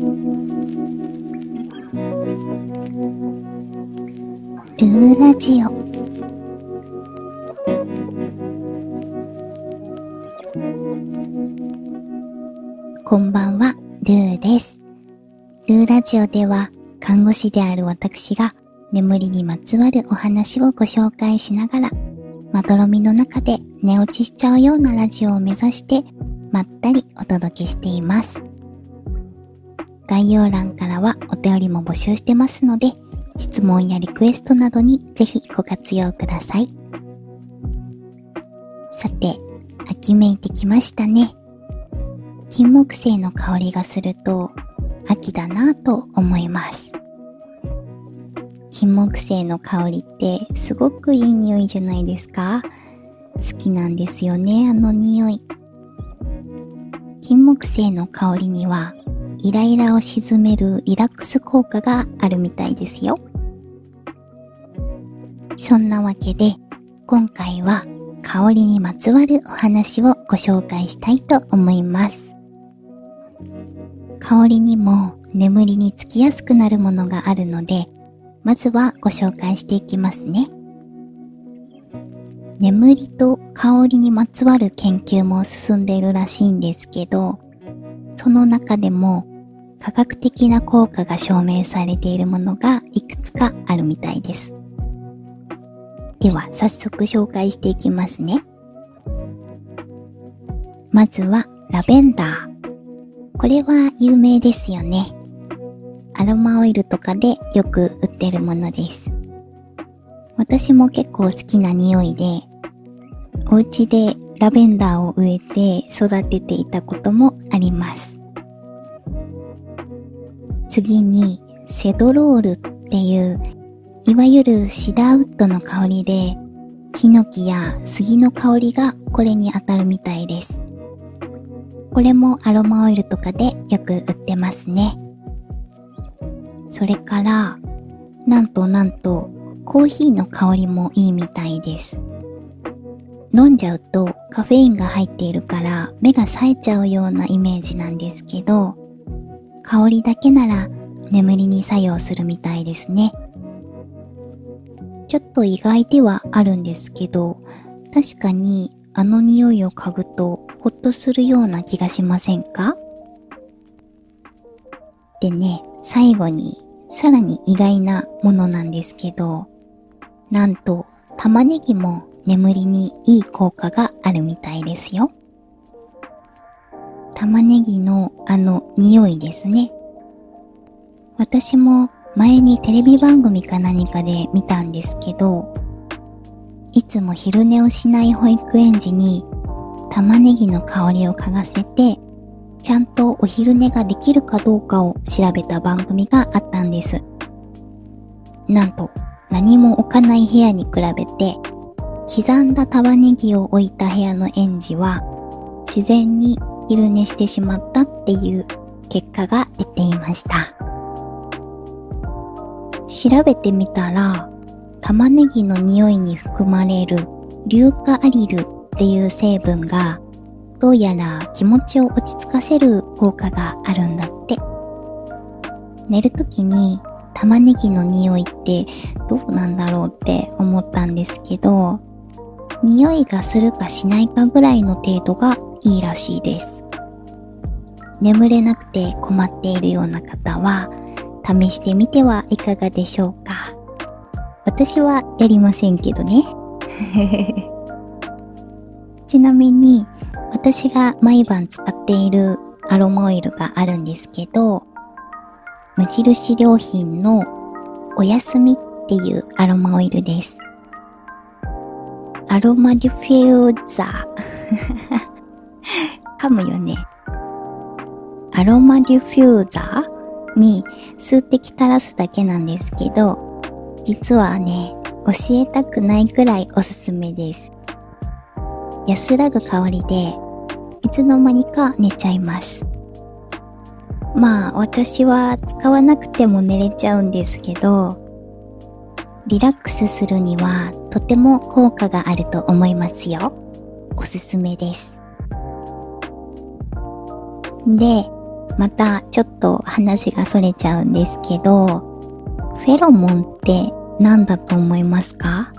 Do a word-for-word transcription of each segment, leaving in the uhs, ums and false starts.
ルーラジオ。こんばんは、ルーです。ルーラジオでは看護師である私が眠りにまつわるお話をご紹介しながら、まどろみの中で寝落ちしちゃうようなラジオを目指してまったりお届けしています。概要欄からはお便りも募集してますので、質問やリクエストなどにぜひご活用ください。さて、秋めいてきましたね。金木犀の香りがすると秋だなぁと思います。金木犀の香りってすごくいい匂いじゃないですか？好きなんですよね、あの匂い。金木犀の香りにはイライラを鎮めるリラックス効果があるみたいですよ。そんなわけで今回は香りにまつわるお話をご紹介したいと思います。香りにも眠りにつきやすくなるものがあるので、まずはご紹介していきますね。眠りと香りにまつわる研究も進んでいるらしいんですけど、その中でも科学的な効果が証明されているものがいくつかあるみたいです。では早速紹介していきますね。まずはラベンダー。これは有名ですよね。アロマオイルとかでよく売ってるものです。私も結構好きな匂いで、お家でラベンダーを植えて育てていたこともあります。次にセドロールっていういわゆるシダーウッドの香りで、ヒノキや杉の香りがこれに当たるみたいです。これもアロマオイルとかでよく売ってますね。それから、なんとなんとコーヒーの香りもいいみたいです。飲んじゃうとカフェインが入っているから目が冴えちゃうようなイメージなんですけど、香りだけなら眠りに作用するみたいですね。ちょっと意外ではあるんですけど、確かにあの匂いを嗅ぐとほっとするような気がしませんか？でね、最後にさらに意外なものなんですけど、なんと玉ねぎも眠りにいい効果があるみたいですよ。玉ねぎのあの匂いですね。私も前にテレビ番組か何かで見たんですけど、いつも昼寝をしない保育園児に玉ねぎの香りを嗅がせて、ちゃんとお昼寝ができるかどうかを調べた番組があったんです。なんと何も置かない部屋に比べて、刻んだ玉ねぎを置いた部屋の園児は自然に昼寝してしまったっていう結果が出ていました。調べてみたら、玉ねぎの匂いに含まれる硫化アリルっていう成分がどうやら気持ちを落ち着かせる効果があるんだって。寝るときに玉ねぎの匂いってどうなんだろうって思ったんですけど、匂いがするかしないかぐらいの程度がいいらしいです。眠れなくて困っているような方は試してみてはいかがでしょうか。私はやりませんけどね。ちなみに私が毎晩使っているアロマオイルがあるんですけど、無印良品のおやすみっていうアロマオイルです。アロマディフューザー噛むよね。アロマディフューザーに数滴垂らすだけなんですけど、実はね、教えたくないくらいおすすめです。安らぐ香りで、いつの間にか寝ちゃいます。まあ、私は使わなくても寝れちゃうんですけど、リラックスするにはとても効果があると思いますよ。おすすめです。で、 またちょっと話がそれちゃうんですけど、フェロモンって何だと思いますか？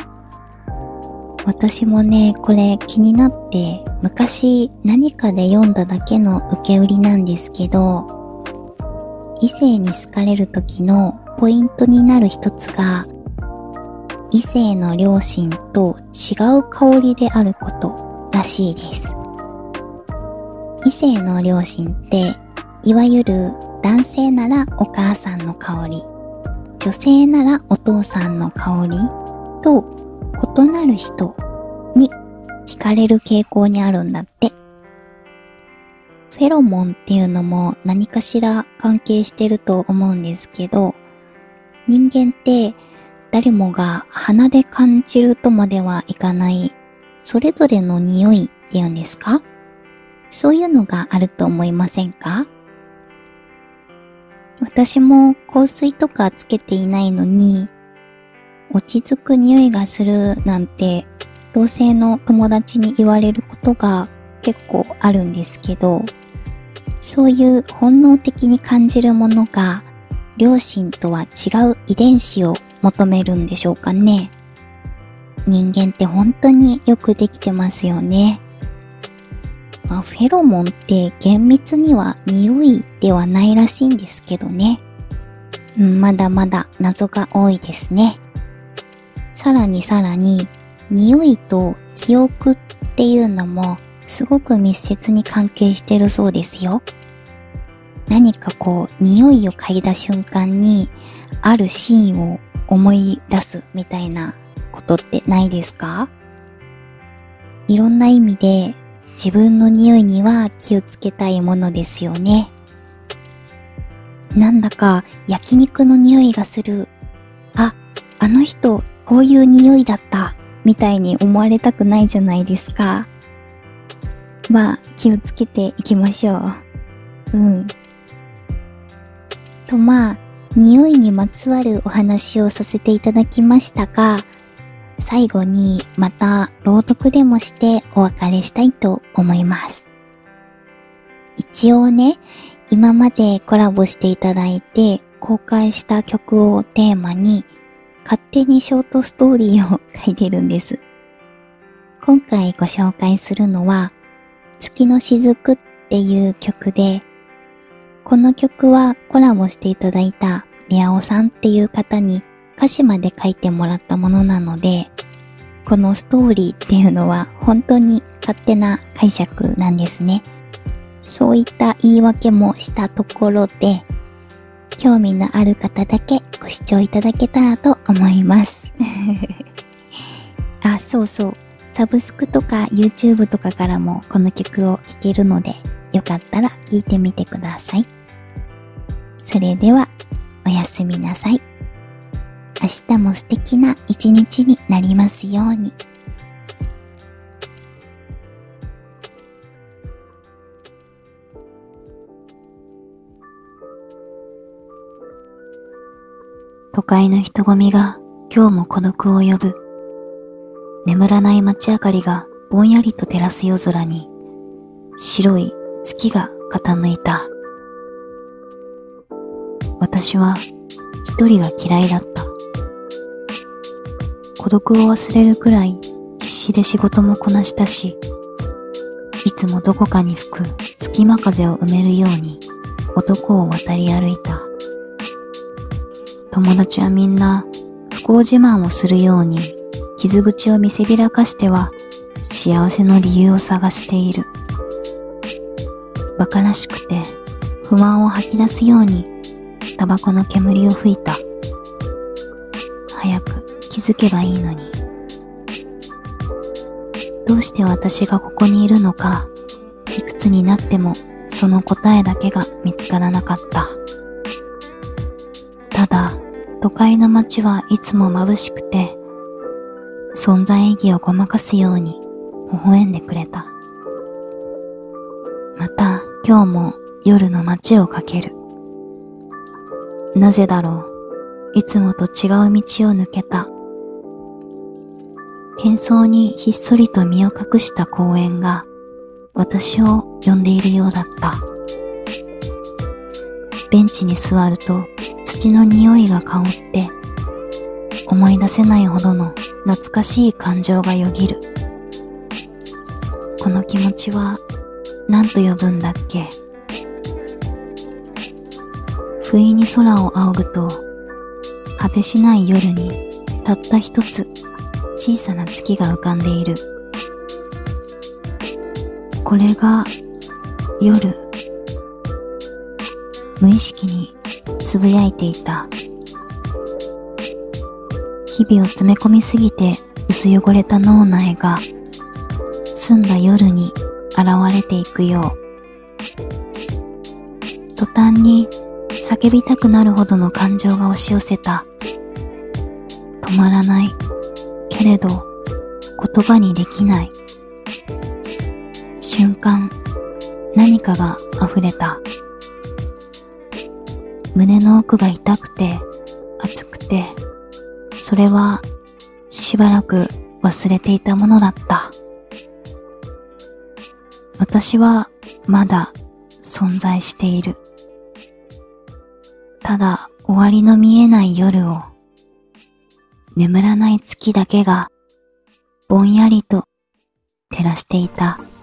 私もね、これ気になって昔何かで読んだだけの受け売りなんですけど、異性に好かれる時のポイントになる一つが、異性の良心と違う香りであることらしいです。異性の良心って、いわゆる男性ならお母さんの香り、女性ならお父さんの香りと異なる人に惹かれる傾向にあるんだって。フェロモンっていうのも何かしら関係してると思うんですけど、人間って誰もが鼻で感じるとまではいかないそれぞれの匂いっていうんですか？そういうのがあると思いませんか？私も香水とかつけていないのに、落ち着く匂いがするなんて同性の友達に言われることが結構あるんですけど、そういう本能的に感じるものが良心とは違う遺伝子を求めるんでしょうかね。人間って本当によくできてますよね。まあ、フェロモンって厳密には匂いではないらしいんですけどね。うん、まだまだ謎が多いですね。さらにさらに、匂いと記憶っていうのもすごく密接に関係してるそうですよ。何かこう、匂いを嗅いだ瞬間に、あるシーンを思い出すみたいなことってないですか？いろんな意味で自分の匂いには気をつけたいものですよね。なんだか焼肉の匂いがする。あ、あの人こういう匂いだったみたいに思われたくないじゃないですか。まあ気をつけていきましょう。うん。とまあ、匂いにまつわるお話をさせていただきましたが、最後にまた朗読でもしてお別れしたいと思います。一応ね、今までコラボしていただいて公開した曲をテーマに勝手にショートストーリーを書いてるんです。今回ご紹介するのは月の雫っていう曲で、この曲はコラボしていただいた宮尾さんっていう方に歌詞まで書いてもらったものなので、このストーリーっていうのは本当に勝手な解釈なんですね。そういった言い訳もしたところで、興味のある方だけご視聴いただけたらと思います。あ、そうそう。サブスクとか YouTube とかからもこの曲を聴けるので、よかったら聴いてみてください。それでは、おやすみなさい。明日も素敵な一日になりますように。 都会の人混みが今日も孤独を呼ぶ。眠らない街明かりがぼんやりと照らす夜空に白い月が傾いた。私は一人が嫌いだった。孤独を忘れるくらい必死で仕事もこなしたし、いつもどこかに吹く隙間風を埋めるように男を渡り歩いた。友達はみんな不幸自慢をするように傷口を見せびらかしては幸せの理由を探している。馬鹿らしくて不満を吐き出すようにタバコの煙を吹いた。早く気づけばいいのに。どうして私がここにいるのか、いくつになってもその答えだけが見つからなかった。ただ、都会の街はいつも眩しくて、存在意義をごまかすように微笑んでくれた。また今日も夜の街を駆ける。なぜだろう、いつもと違う道を抜けた。喧騒にひっそりと身を隠した公園が私を呼んでいるようだった。 ベンチに座ると土の匂いが香って思い出せないほどの懐かしい感情がよぎる。この気持ちは何と呼ぶんだっけ。不意に空を仰ぐと果てしない夜にたった一つ小さな月が浮かんでいる。これが夜。無意識につぶやいていた。日々を詰め込みすぎて薄汚れた脳内が澄んだ夜に現れていくよう。途端に叫びたくなるほどの感情が押し寄せた。止まらない。けれど言葉にできない。瞬間、何かが溢れた。胸の奥が痛くて熱くて、それはしばらく忘れていたものだった。私はまだ存在している。ただ終わりの見えない夜を眠らない月だけがぼんやりと照らしていた。